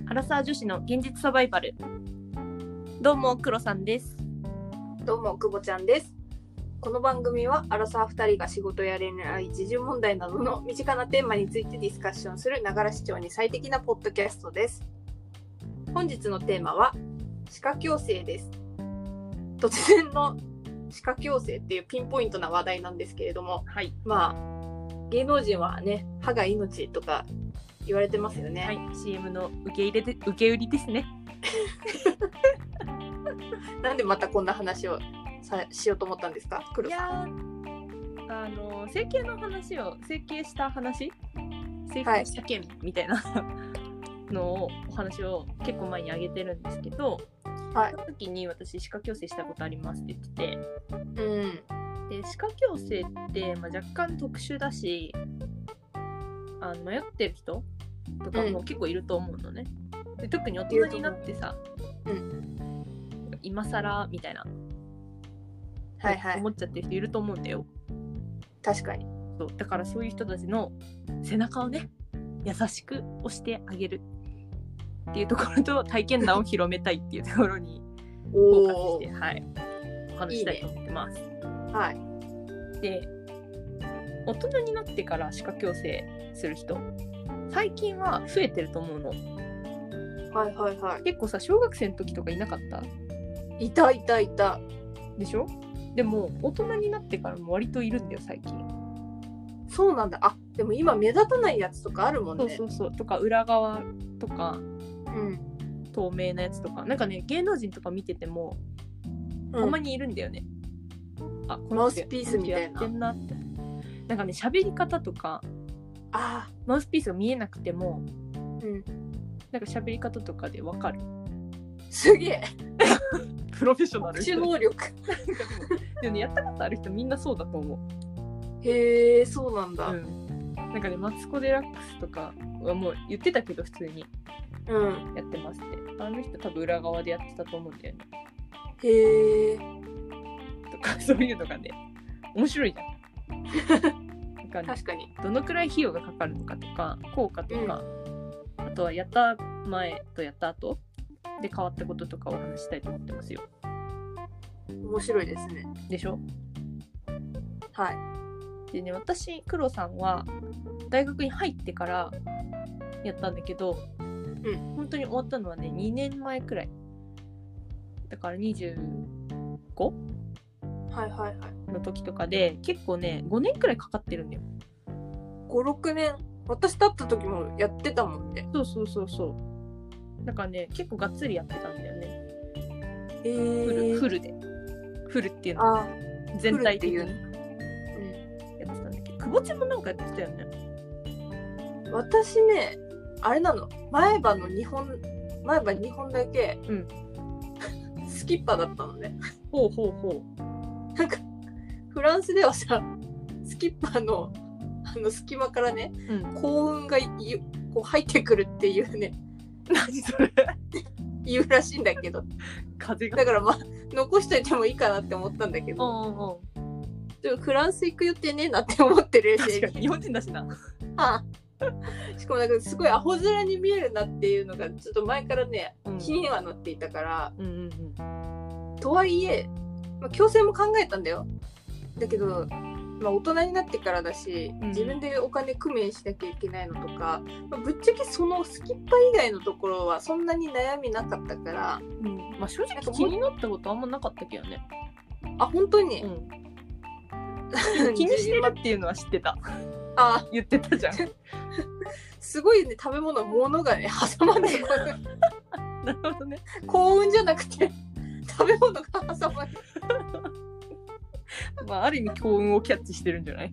アラサー女子の現実サバイバル。どうもクロさんです。 どうもくぼちゃんです。この番組はアラサー2人が仕事や恋愛、時事問題などの身近なテーマについてディスカッションするながら視聴に最適なポッドキャストです。本日のテーマは歯科矯正です。突然の歯科矯正っていうピンポイントな話題なんですけれども、 はい。 まあ芸能人はね、歯が命とか言われてますよね。 はい。CM の受け売りですね。 なんでまたこんな話をしようと思ったんですか、黒いさん。 や整形の話を整形した件みたいなのをお話を結構前にあげてるんですけど、 はい、 その時に私歯科矯正したことありますって言ってて、で歯科矯正って、若干特殊だし、迷ってる人とかも結構いると思うのね。で特に大人になってさ、今更みたいな、思っちゃってる人いると思うんだよ。 確かに。 そうだからそういう人たちの背中をね優しく押してあげるっていうところと体験談を広めたいっていうところにフォーカスして、お話したいと思ってます。 はい。 で、大人になってから歯科矯正する人最近は増えてると思うの。結構さ、小学生の時とかいなかった？ いたでしょ？でも大人になってからも割といるんだよ最近。 そうなんだ。あ、でも今目立たないやつとかあるもんね。 そうとか裏側とか、透明なやつとか、なんかね、芸能人とか見てても、たまにいるんだよね。あ、このマウスピースみたいな。 やってんなって。なんかね、喋り方とか、マウスピースが見えなくても、なんか喋り方とかでわかる。 すげえ。 プロフェッショナル。 特殊能力。 でもね、やったことある人みんなそうだと思う。 へえ、そうなんだ。 なんかね、マツコ・デラックスとかはもう言ってたけど普通にやってますって。あの人多分裏側でやってたと思うんだよね。 へえ。 とかそういうのがね、面白いじゃん。なんかね、 確かに。 どのくらい費用がかかるのかとか、効果とか、あとはやった前とやった後で変わったこととかをお話したいと思ってますよ。 面白いですね。 でしょ？ はい。 でね、私、黒さんは大学に入ってからやったんだけど、本当に終わったのはね、2年前くらい。だから 25？ の時とかで、結構ね、5年くらいかかってるんだよ。 5、6年。私だった時もやってたもんね。 そう。だからね、結構がっつりやってたんだよね。フルっていうのは全体的にやってたんだけど、久保ちゃんもなんかやってたよね。 私ね、あれなの、前歯2本だけ、スキッパだったのね。 ほう。 なんかフランスではさ、スキッパの隙間からね、幸運がこう入ってくるっていうね。 何それ？ 言うらしいんだけど、 風が。 だから残しといてもいいかなって思ったんだけど、でもフランス行く予定ねえなって思ってる。 確かに日本人だしな。 しかもなんかすごいアホ面に見えるなっていうのがちょっと前からね、気にはなっていたから、とはいえ、矯正も考えたんだよ。だけど大人になってからだし、自分でお金工面しなきゃいけないのとか、ぶっちゃけそのスキッパ以外のところはそんなに悩みなかったから、 正直気になったことあんまなかったけどね。 本当に、 気にしてるっていうのは知ってた。言ってたじゃん。 すごいね、食べ物がね挟まってこる。 なるほどね。 幸運じゃなくて食べ物が挟まる。 ある意味幸運をキャッチしてるんじゃない？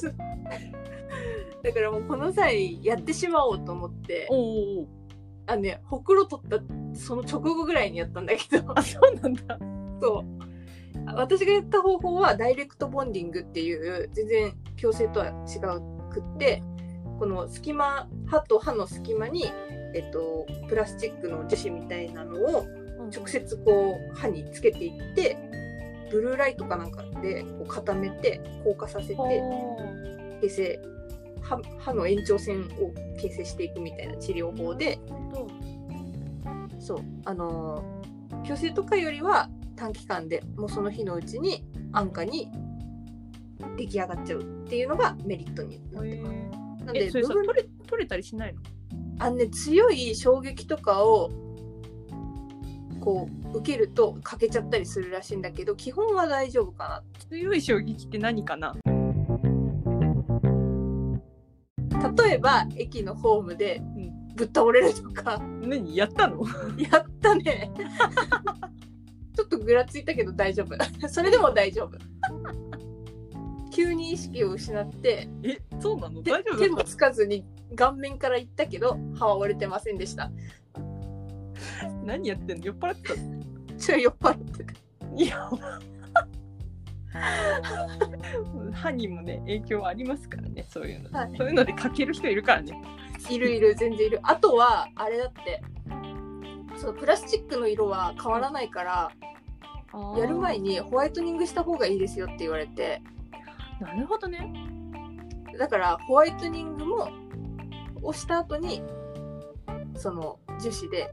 だからもうこの際やってしまおうと思って、ほくろ取ったその直後ぐらいにやったんだけど。 そうなんだ。 そう。私がやった方法はダイレクトボンディングっていう全然矯正とは違くって、この歯と歯の隙間に、プラスチックの樹脂みたいなのを直接こう歯につけていって、ブルーライトかなんかでこう固めて硬化させて形成、歯の延長線を形成していくみたいな治療法で、 そう矯正とかよりは短期間でもうその日のうちに安価に出来上がっちゃうっていうのがメリットになってます。なんでそれさ取れたりしないの？ 強い衝撃とかをこう受けると欠けちゃったりするらしいんだけど、基本は大丈夫かな。 強い衝撃って何かな？ 例えば駅のホームでぶっ倒れるとか。 何やったの？ やったね。ちょっとぐらついたけど大丈夫。それでも大丈夫。急に意識を失って、 そうなの？大丈夫？ 手もつかずに顔面から行ったけど歯は折れてませんでした。 何やってんの？酔っ払ってたの？ 酔っ払ってた。 いや歯にもね影響ありますからね、そういうの、はい、そういうのでかける人いるからね。 いる全然いる。あとはあれだって、そのプラスチックの色は変わらないから、やる前にホワイトニングした方がいいですよって言われて。 なるほどね。 だからホワイトニングも押した後にその樹脂で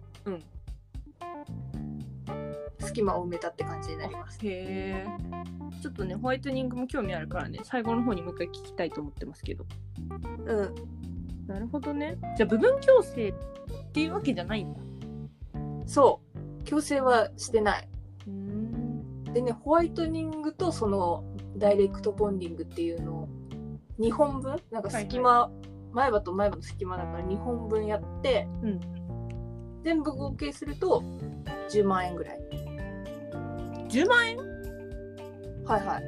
隙間を埋めたって感じになります。 へー。ちょっとねホワイトニングも興味あるからね、最後の方にもう一回聞きたいと思ってますけど。なるほどね。じゃあ部分矯正っていうわけじゃないんだ。 そう、矯正はしてない。でね、ホワイトニングとそのダイレクトボンディングっていうのを2本分、なんか隙間、前歯と前歯の隙間だから2本分やって、全部合計すると10万円ぐらい。 10万円？ はいはい。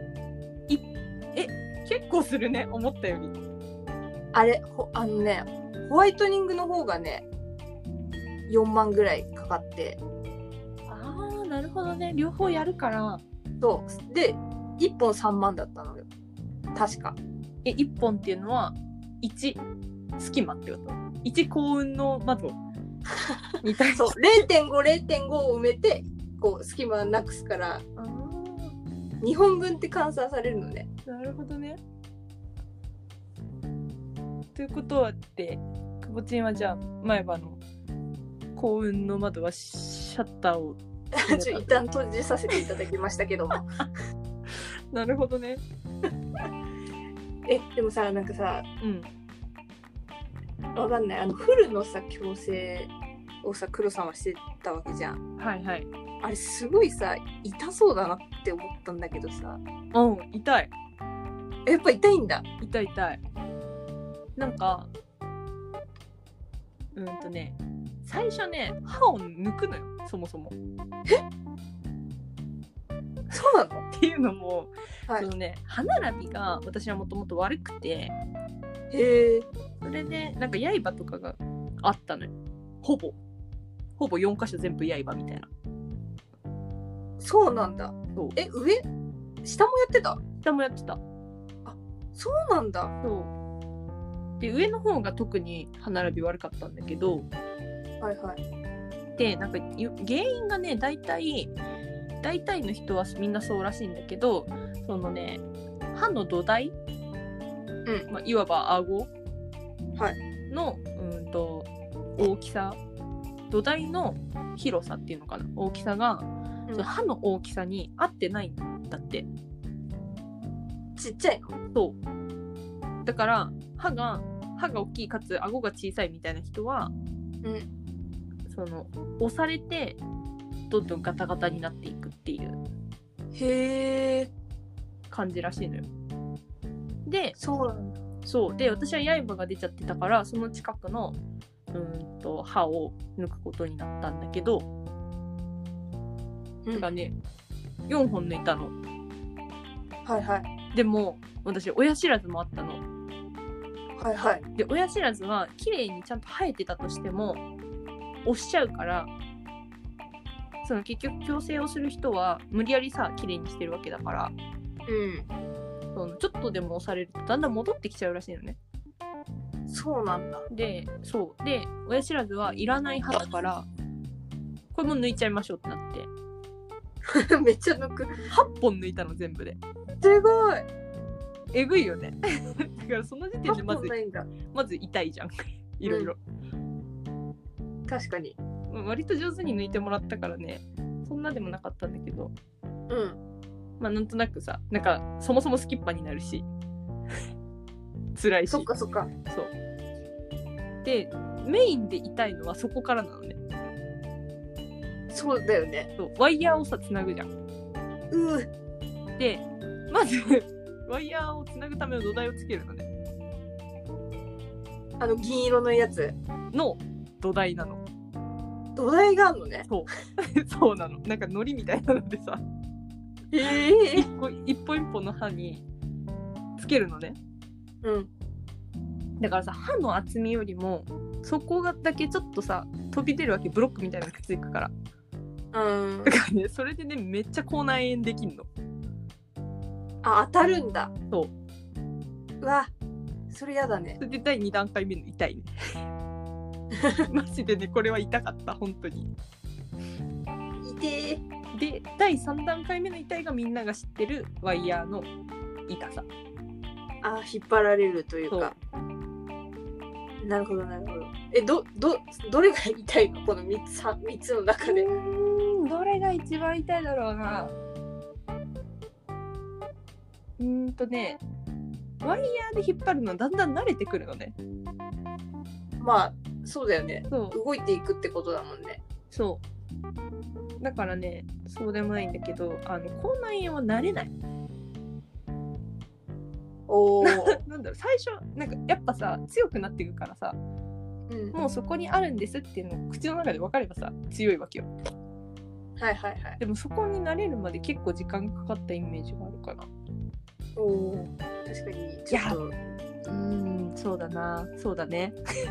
結構するね、思ったより。 ホワイトニングの方がね4万ぐらいかかって。 なるほどね、両方やるから。 そうで1本3万だったのよ確か。 1本っていうのは1隙間ってこと？ 1 幸運の窓に対して。そう 0.5 を埋めてこう隙間なくすから2本分って換算されるのね。 なるほどね。ということはってくぼちんはじゃあ前歯の幸運の窓はシャッターを一旦閉じさせていただきましたけども。 なるほどね。 でもさ、なんかさ、わかんない、フルのさ矯正をさ黒さんはしてたわけじゃん。 はいはい。 あれすごいさ痛そうだなって思ったんだけどさ。 痛い。 やっぱ痛いんだ。 痛い。なんか最初ね歯を抜くのよ、そもそも。 そうなの？ っていうのも、そのね歯並びが私はもともと悪くて、それでなんか刃とかがあったのよ。ほぼ4箇所全部刃みたいな。 そうなんだ。 そう。 下もやってた？ 下もやってた。 そうなんだ。 そうで上の方が特に歯並び悪かったんだけど、でなんか原因がね大体の人はみんなそうらしいんだけど、そのね歯の土台、いわば顎の、大きさ、土台の広さっていうのかな、大きさが、その歯の大きさに合ってないんだって。 ちっちゃいの？ そうだから歯が大きいかつ顎が小さいみたいな人は、その押されてどんどんガタガタになっていくっていう感じらしいのよ。で、 そうなんだ。 そうで私は刃が出ちゃってたから、その近くの歯を抜くことになったんだけど、だからね4本抜いたの。でも私親知らずもあったの。で親知らずは綺麗にちゃんと生えてたとしても押しちゃうから、その結局矯正をする人は無理やりさ綺麗にしてるわけだから、そのちょっとでも押されるとだんだん戻ってきちゃうらしいのね。 そうなんだ。 で親知らずはいらない歯だからこれも抜いちゃいましょうってなってめっちゃ抜く。 8本抜いたの全部で。 すごいえぐいよね。だからその時点でまず痛いじゃんいろいろ。 確かに。 割と上手に抜いてもらったからね、そんなでもなかったんだけど、まあなんとなくさ、なんかそもそもスキッパになるし辛いし。 そっか。 そうで、メインで痛いのはそこからなのね。 そうだよね。 そう、ワイヤーをさつなぐじゃん。でまずワイヤーをつなぐための土台をつけるのね。 銀色のやつの土台なの。 土台があるのね。 そうそうなの。なんか糊みたいなのでさ、一本一本の刃につけるのね。だからさ、刃の厚みよりもそこがだけちょっとさ飛び出るわけ。ブロックみたいなのくっついくから。だからね、それでねめっちゃ口内炎できんの。 当たるんだ。 そう。 うわ、それやだね。 それで第2段階目の痛いねマジでね、これは痛かった本当に。 痛え。 で第3段階目の痛いがみんなが知ってるワイヤーの痛さ。 引っ張られるというか。なるほど。どれが痛いの、この3つの中で。 どれが一番痛いだろうな。ワイヤーで引っ張るのだんだん慣れてくるのね。 まあそうだよね。 そう、 動いていくってことだもんね。 そうだからね、そうでもないんだけど、口内炎は慣れない。なんだろう、最初なんかやっぱさ強くなっていくからさ、もうそこにあるんですっていうのを口の中で分かればさ強いわけよ。でもそこに慣れるまで結構時間かかったイメージがあるかな。 確かにちょっと。 そうだね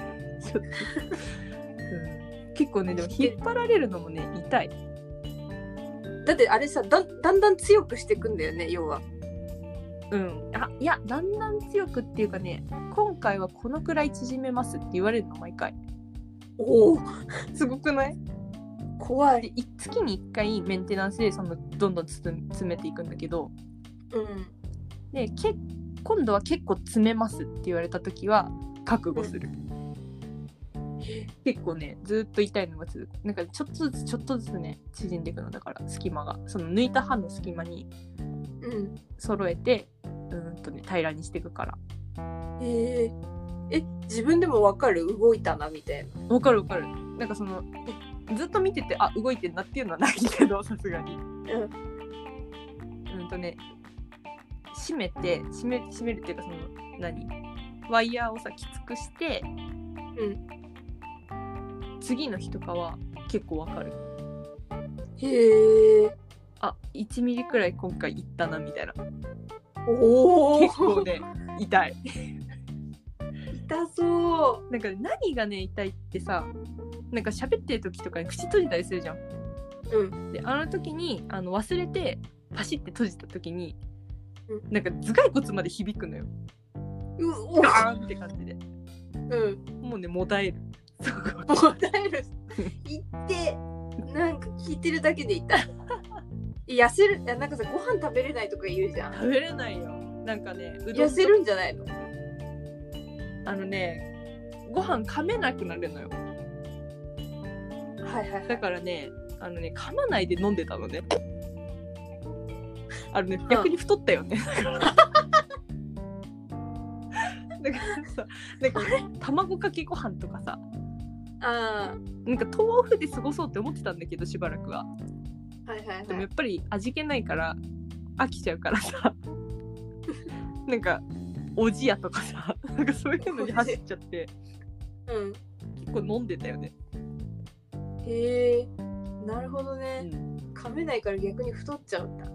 結構ね、でも引っ張られるのもね痛い。 だってあれさ、だんだん強くしていくんだよね、要は。 いや、だんだん強くっていうかね、今回はこのくらい縮めますって言われるの毎回。すごくない？ 怖い。 月に1回メンテナンスでどんどん詰めていくんだけど、で今度は結構詰めますって言われた時は覚悟する。結構ねずっと痛いのが続く。なんかちょっとずつね縮んでいくの。だから隙間がその抜いた刃の隙間に揃えて平らにしていくから。 自分でも分かる？動いたなみたいな。 分かる。なんかそのずっと見てて動いてんなっていうのはないけど、さすがに締めるっていうか、そのワイヤーをさきつくして、次の日とかは結構わかる。1ミリくらい今回いったなみたいな。結構ね痛い痛そう。 なんか何がね痛いってさ、なんか喋ってる時とかに口閉じたりするじゃん。であの時に忘れてパシッて閉じた時に、なんか頭蓋骨まで響くのよ。ガーンって感じで。もうねもだえる。 もだえる。いってなんか聞いてるだけで痛い。痩せる？なんかさ、ご飯食べれないとか言うじゃん。 食べれないよ。なんかね痩せるんじゃないの？ ご飯噛めなくなるのよ。だからね噛まないで飲んでたのね。逆に太ったよね。だからさ、なんか卵かけご飯とかさ、なんか豆腐で過ごそうって思ってたんだけど、しばらくは。でもやっぱり味気ないから飽きちゃうからさなんかおじやとかさ、なんかそういうのに走っちゃって結構飲んでたよね。 なるほどね。噛めないから逆に太っちゃうんだ。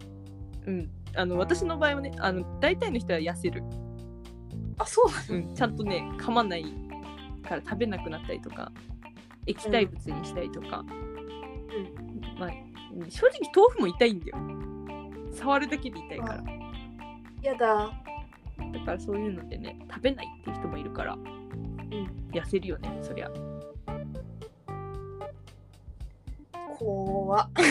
私の場合はね、大体の人は痩せる。 そうなの？ ちゃんとね噛まないから食べなくなったりとか液体物にしたりとか、まあ正直豆腐も痛いんだよ。触るだけで痛いから。 やだ。 だからそういうのでね食べないっていう人もいるから、痩せるよねそりゃ。 怖っ。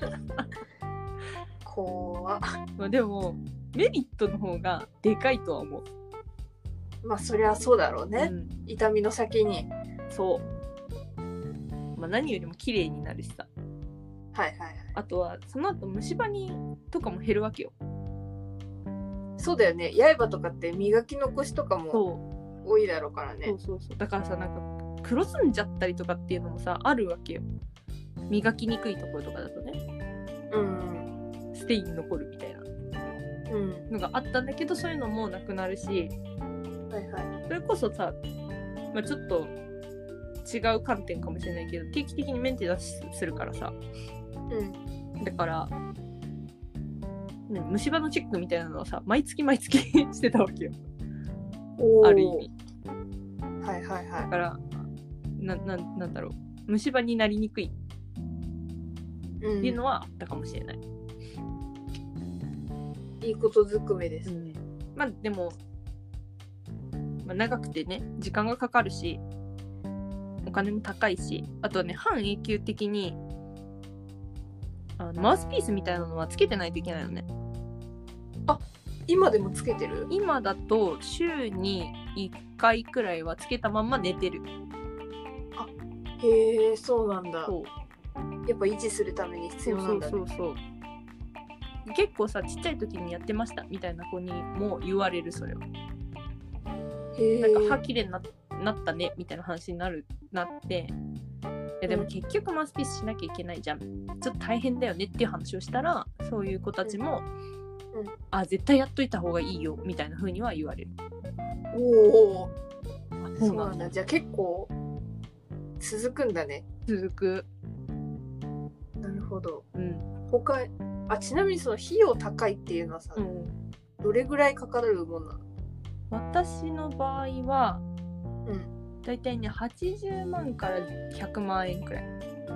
まあでもメリットの方がでかいとは思う。 まあそりゃそうだろうね。痛みの先に。 そまあ、何よりも綺麗になるしさ。 はいはいはい。 あとはその後虫歯にとかも減るわけよ。 そうだよね。刃とかって磨き残しとかも多いだろうからね。 そうそうそう。だからさ、なんか黒ずんじゃったりとかっていうのもさあるわけよ。磨きにくいところとかだとね。 うん。 ステイン残るみたいなのがあったんだけど、そういうのもなくなるし、 はいはい。 それこそさ、まあ、ちょっと違う観点かもしれないけど、定期的にメンテナンスするからさ。だから、ね、虫歯のチェックみたいなのはさ、毎月毎月してたわけよ。ある意味。 はいはいはい。 だからなんだろう、虫歯になりにくいっていうのはあったかもしれない。 いいことずくめですね。 まあでも、まあ、長くてね時間がかかるし、お金も高いし、あとはね半永久的にマウスピースみたいなのはつけてないといけないのね。 あ、今でもつけてる？ 今だと週に1回くらいはつけたまんま寝てる。 あ、へえ、そうなんだ。 そう。 やっぱ維持するために必要なんだね。 そう。結構さ、ちっちゃい時にやってましたみたいな子にも言われる、それは。なんか歯きれいになったねみたいな話になって、いやでも結局マウスピースしなきゃいけないじゃん、ちょっと大変だよねっていう話をしたら、そういう子たちも、絶対やっといた方がいいよみたいな風には言われる。 おお、そうなんだ。じゃあ結構続くんだね。 続く。 なるほど。ちなみにその費用高いっていうのはさ、どれぐらいかかるもんなの？ 私の場合は、だいたいね80万から100万円くらい。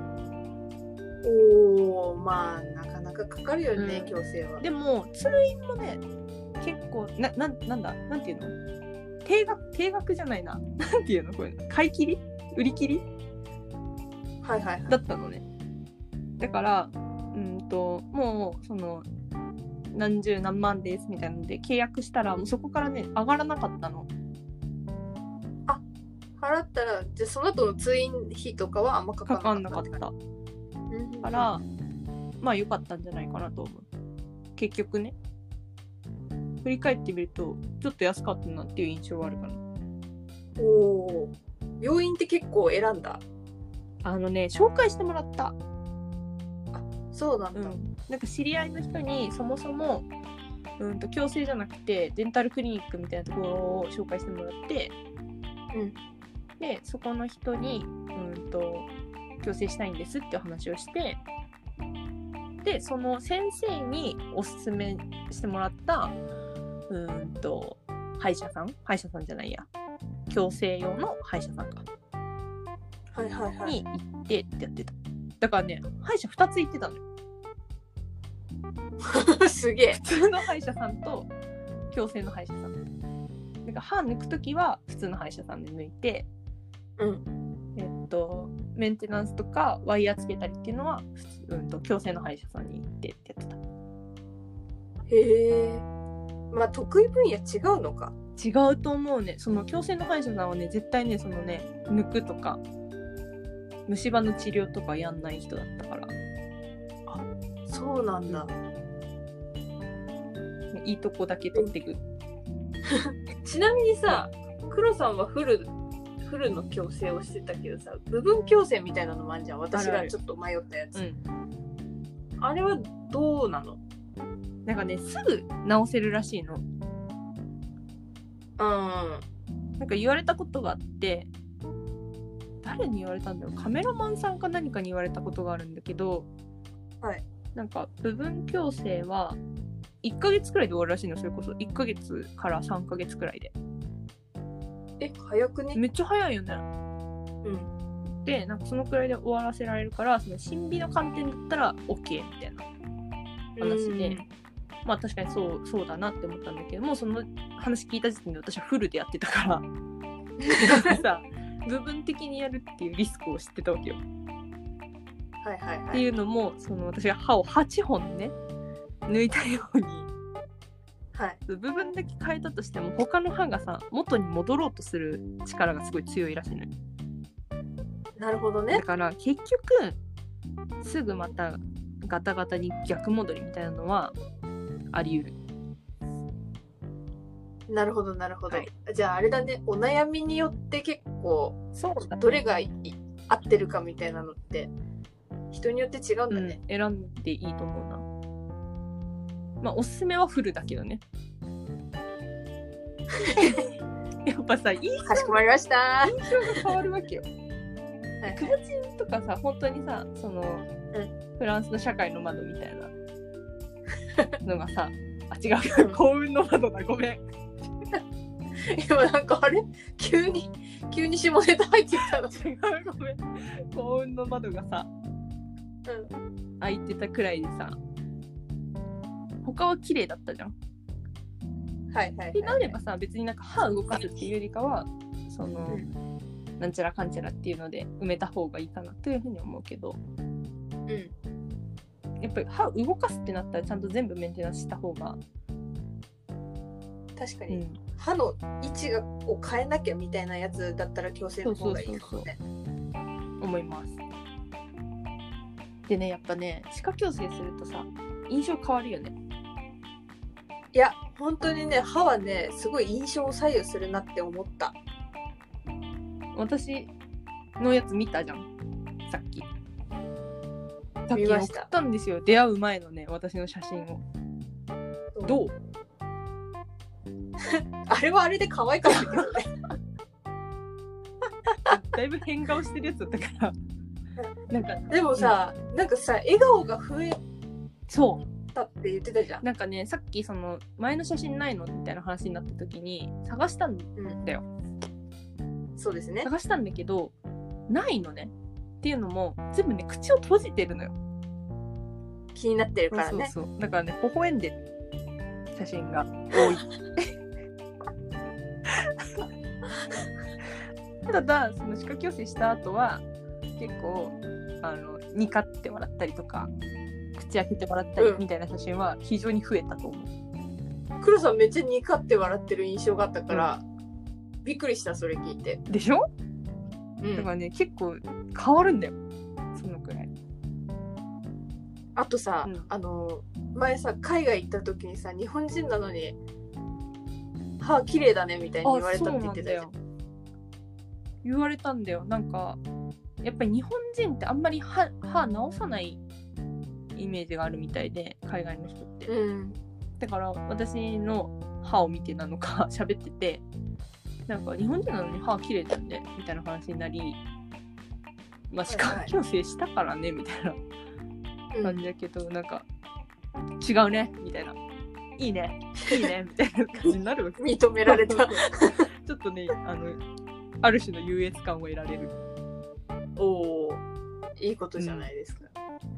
おー、まあなかなかかかるよね、矯正は。 でも通院もね結構なんていうの、定額じゃないな、なんていうのこれ、買い切り売り切りだったのね。だからもうその何十何万ですみたいなので契約したら、もうそこからね上がらなかったの。 あ、払ったらじゃあその後の通院費とかはあんまかかんなかった。 からまあ良かったんじゃないかなと思う。結局ね振り返ってみるとちょっと安かったなっていう印象はあるかな。 おー、病院って結構選んだ？ 紹介してもらった。 そうなんだ。 なんか知り合いの人にそもそも矯正じゃなくてデンタルクリニックみたいなところを紹介してもらって、でそこの人に矯正したいんですって話をして、でその先生におすすめしてもらった歯医者さんじゃないや、矯正用の歯医者さんか、に行ってってやってた。だからね歯医者2つ行ってたのよ。 すげえ。 普通の歯医者さんと矯正の歯医者さん。だから歯抜くときは普通の歯医者さんで抜いて、メンテナンスとかワイヤーつけたりっていうのは矯正の歯医者さんに行ってってやってた。 へえ。まあ得意分野違うのか。 違うと思うね。その矯正の歯医者さんはね絶対ねそのね抜くとか虫歯の治療とかやんない人だったから。 あ、そうなんだ。 いいとこだけ取っていく。 ちなみにさ、黒さんはフルの矯正をしてたけどさ、部分矯正みたいなのもあるじゃん。私がちょっと迷ったやつ。あれはどうなの？ なんかねすぐ直せるらしいの。なんか言われたことがあって、誰に言われたんだろう、カメラマンさんか何かに言われたことがあるんだけど、なんか部分矯正は1ヶ月くらいで終わるらしいの。それこそ1ヶ月から3ヶ月くらいで。 早くね？ めっちゃ早いよね。でなんかそのくらいで終わらせられるから、その審美の観点だったら OK みたいな話で、まあ確かにそうだなって思ったんだけども、その話聞いた時点で私はフルでやってたからさ、部分的にやるっていうリスクを知ってたわけよ。っていうのも、その私が歯を8本ね抜いたように、部分だけ変えたとしても他の歯がさ元に戻ろうとする力がすごい強いらしいのよ。 なるほどね。 だから結局すぐまたガタガタに逆戻りみたいなのはあり得る。 なるほどなるほど、 はい、 じゃああれだね、お悩みによって結構そうだ、ね、 どれが合ってるかみたいなのって人によって違うんだね、 選んでいいと思うな。まあおすすめはフルだけどねやっぱさ、 かしこまりました。 印象が変わるわけよ。クボチンとかさ、本当にさ、その、フランスの社会の窓みたいなのがさ、あ、違う、幸運の窓だ、ごめん。 今なんかあれ急に下ネタ入ってきたの。 違う、ごめん。幸運の窓がさ、開いてたくらいでさ、他は綺麗だったじゃん。 はいはい。 でなればさ、別になんか歯動かすっていうよりかは、その、なんちゃらかんちゃらっていうので埋めた方がいいかなというふうに思うけど、やっぱり歯動かすってなったらちゃんと全部メンテナンスした方が、 確かに、歯の位置を変えなきゃみたいなやつだったら矯正の方がいいかもね。 思います。でね、やっぱね、歯科矯正するとさ、印象変わるよね。 いや本当にね、歯はねすごい印象を左右するなって思った。 私のやつ見たじゃん、さっき見ました。 送ったんですよ、出会う前のね、私の写真を。どうあれはあれで可愛かったけどねだいぶ変顔してるやつだったからなんかでもさ、なんかさ、笑顔が増えたって言ってたじゃん。 なんかね、さっきその前の写真ないのみたいな話になった時に探したんだよ、 そうですね。 探したんだけどないのね。っていうのも全部ね、口を閉じてるのよ。 気になってるからね。 そうだからね、微笑んでる写真が多いただその歯科矯正した後は結構ニカってもらったりとか口開けてもらったりみたいな写真は非常に増えたと思う。 黒さんめっちゃニカって笑ってる印象があったから、びっくりした、それ聞いて。 でしょ、だからね、結構変わるんだよ、そのくらい。 あとさ、前さ海外行った時にさ、日本人なのに歯綺麗だねみたいに言われたって言ってたじゃん。 言われたんだよ。なんかやっぱり日本人ってあんまり歯直さないイメージがあるみたいで、海外の人って、だから私の歯を見てなのか喋ってて、なんか日本人なのに歯綺麗だよねみたいな話になり、まあ歯科矯正したからねみたいな感じだけど、なんか違うねみたいな、いいねみたいな感じになるわけ認められたちょっとね、ある種の優越感を得られる。 おー、いいことじゃないですか、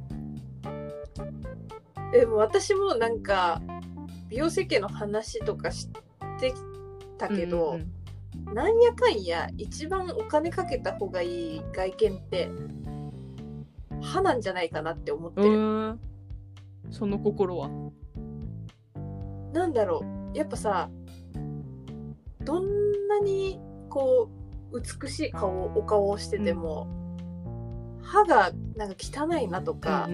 でも私もなんか美容整形の話とかしてきたけど、なんやかんや一番お金かけた方がいい外見って歯なんじゃないかなって思ってる。 その心はなんだろう、やっぱさ、どんなにこう美しいお顔をしてても、歯がなんか汚いなとか、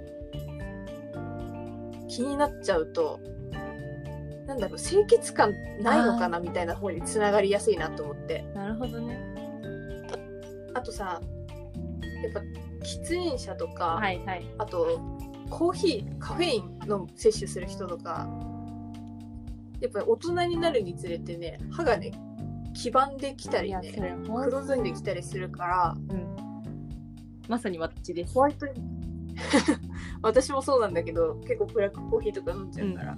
気になっちゃうと、なんだろう、清潔感ないのかなみたいな方につながりやすいなと思って。 なるほどね。 あとさ、やっぱ喫煙者とか、あとコーヒー、カフェインの摂取する人とか、やっぱり大人になるにつれてね、歯がね黄ばんできたりね、黒ずんできたりするから、 まさに私です。 ホワイト私もそうなんだけど、結構ブラックコーヒーとか飲んじゃうから、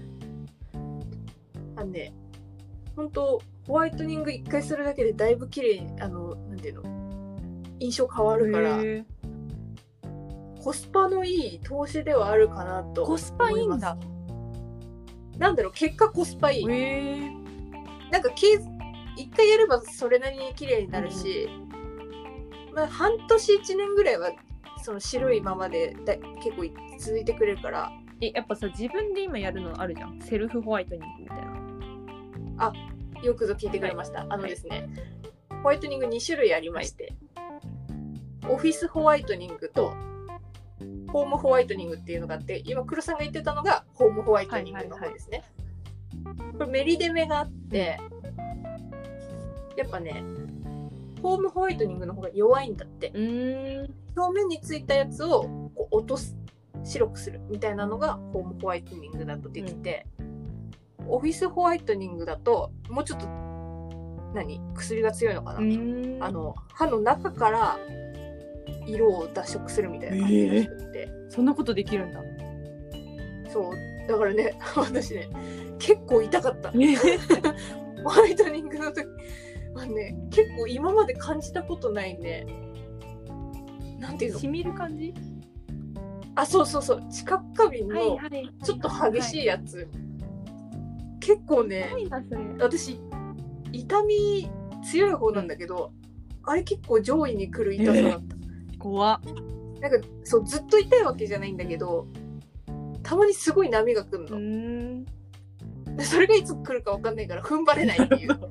本当ホワイトニング1回するだけでだいぶ綺麗になんていうの、印象変わるから、コスパのいい投資ではあるかなと思います。 コスパいいんだ。 なんだろう、結果コスパいい。なんか1回やればそれなりに綺麗になるし、まあ半年1年ぐらいはその白いままで結構続いてくれるから。 やっぱさ、自分で今やるのあるじゃん、セルフホワイトニングみたいな。 あ、よくぞ聞いてくれました。ですね、ホワイトニング2種類ありまして、 オフィスホワイトニングとホームホワイトニングっていうのがあって、今黒さんが言ってたのがホームホワイトニングの方ですね。これメリデメがあって、やっぱねホームホワイトニングの方が弱いんだって。表面についたやつをこう落とす、白くするみたいなのがホームホワイトニングだとできて、オフィスホワイトニングだともうちょっと薬が強いのかな、歯の中から色を脱色するみたいな感じらしくって、 そんなことできるんだ。 そうだからね私ね結構痛かった、ホワイトニングの時はね結構今まで感じたことないね、なんていうの、 しみる感じ。 そう知覚過敏のちょっと激しいやつ、結構ね私痛み強い方なんだけど、あれ結構上位に来る痛さだった。 怖っ。 なんかそうずっと痛いわけじゃないんだけど、たまにすごい波が来るの。それがいつ来るか分かんないから踏ん張れないっていう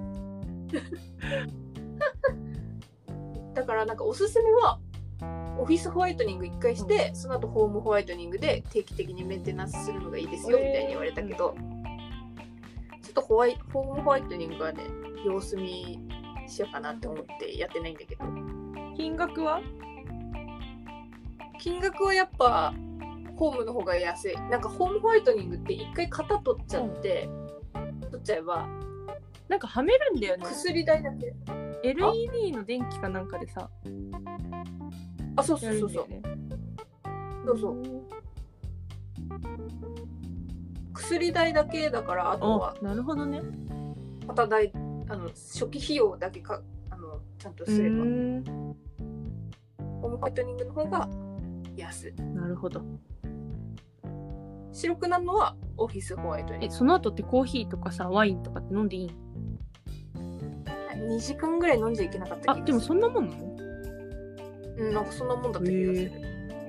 だからなんかおすすめはオフィスホワイトニング1回して、その後ホームホワイトニングで定期的にメンテナンスするのがいいですよみたいに言われたけど、ちょっとホームホワイトニングはね様子見しようかなって思ってやってないんだけど。 金額はやっぱホームの方が安い。なんかホームホワイトニングって1回型取っちゃって、取っちゃえばなんかはめるんだよね、 薬代だけ。 LED の電気かなんかでさ、 そう、薬代だけだから、あとはなるほどね、 型代、初期費用だけちゃんとすればホームホワイトニングの方が安い。 なるほど。 白くなるのはオフィスホワイトニング。 その後ってコーヒーとかさワインとかって飲んでいい ？2時間ぐらい飲んじゃいけなかった気がする。 でもそんなもんなの？ なんかそんなもんだった気がする。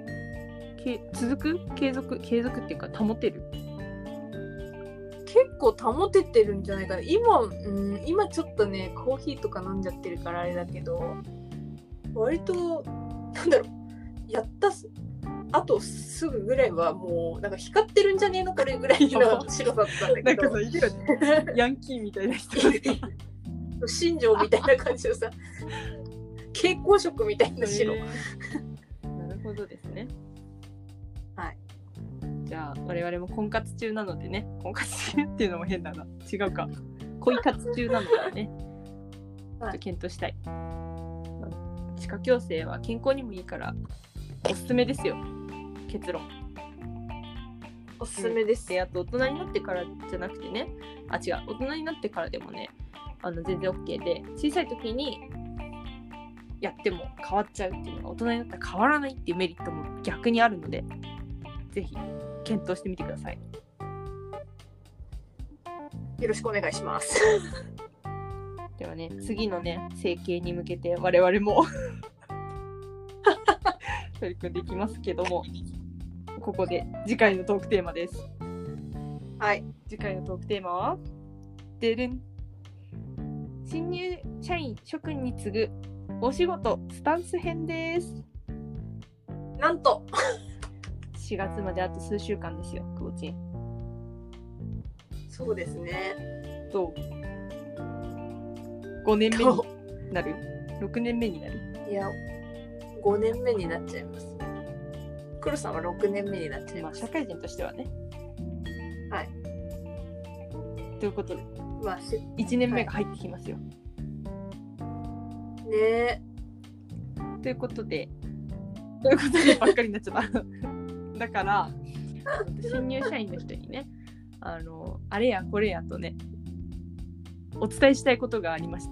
継続っていうか保てる？ 結構保ててるんじゃないかな。今ちょっとねコーヒーとか飲んじゃってるからあれだけど、割とやったあとすぐぐらいはもうなんか光ってるんじゃねえのこれぐらいの白さだったんだけどなんかさヤンキーみたいな人新庄みたいな感じのさ蛍光色みたいな白、 なるほどですね。 はい。 じゃあ我々も婚活中なのでね、婚活中っていうのも変だな、違うか、恋活中なのでね、ちょっと検討したい。歯科矯正は健康にもいいからおすすめですよ。結論おすすめです。 で、あと大人になってからじゃなくてね、大人になってからでもね、全然 OK で、小さい時にやっても変わっちゃうっていうのが、大人になったら変わらないっていうメリットも逆にあるので、ぜひ検討してみてください。 よろしくお願いしますではね、次のね整形に向けて我々も取り組んでいきますけども、ここで次回のトークテーマです。 はい、 次回のトークテーマはでるん、新入社員諸君に次ぐお仕事スタンス編です。 なんと 4月まであと数週間ですよ、くぼちん。 そうですね。 どう？5年目になる？6年目になる？ いや、5年目になっちゃいます。黒さんは6年目になっちゃいます。 社会人としてはね。 はい。 ということで、1年目が入ってきますよ。 ねえ。 ということでばっかりになっちゃった。だから新入社員の人にね、あれやこれやとねお伝えしたいことがありまして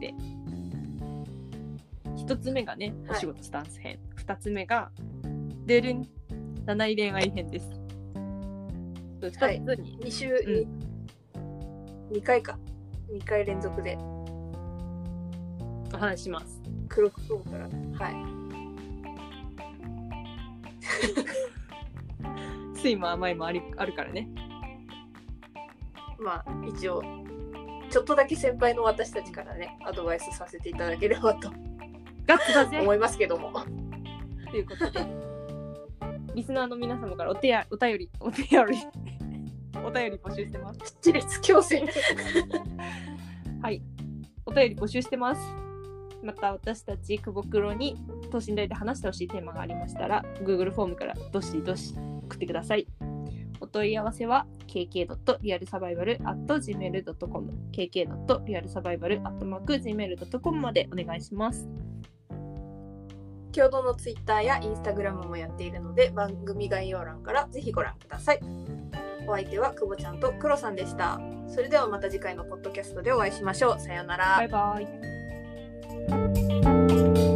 、1つ目がねお仕事スタンス編、2つ目がでるん7位恋愛編です。2つに、 2週、2回か2回連続でお話します。 黒くから、はい酸いも甘いもあるからね。 まあ一応ちょっとだけ先輩の私たちからねアドバイスさせていただければとガッツだぜ思いますけどもということでリスナーの皆様からお便り募集してます。 一列強制はい、お便り募集してます。また私たち久保黒に等身大で話してほしいテーマがありましたら Google フォームからどしどし送ってください。お問い合わせは kk.realsurvival@gmail.com kk.realsurvival@gmail.com までお願いします。 共同の Twitter や Instagram もやっているので番組概要欄からぜひご覧ください。お相手は久保ちゃんと黒さんでした。それではまた次回のポッドキャストでお会いしましょう。さようなら。 バイバイ。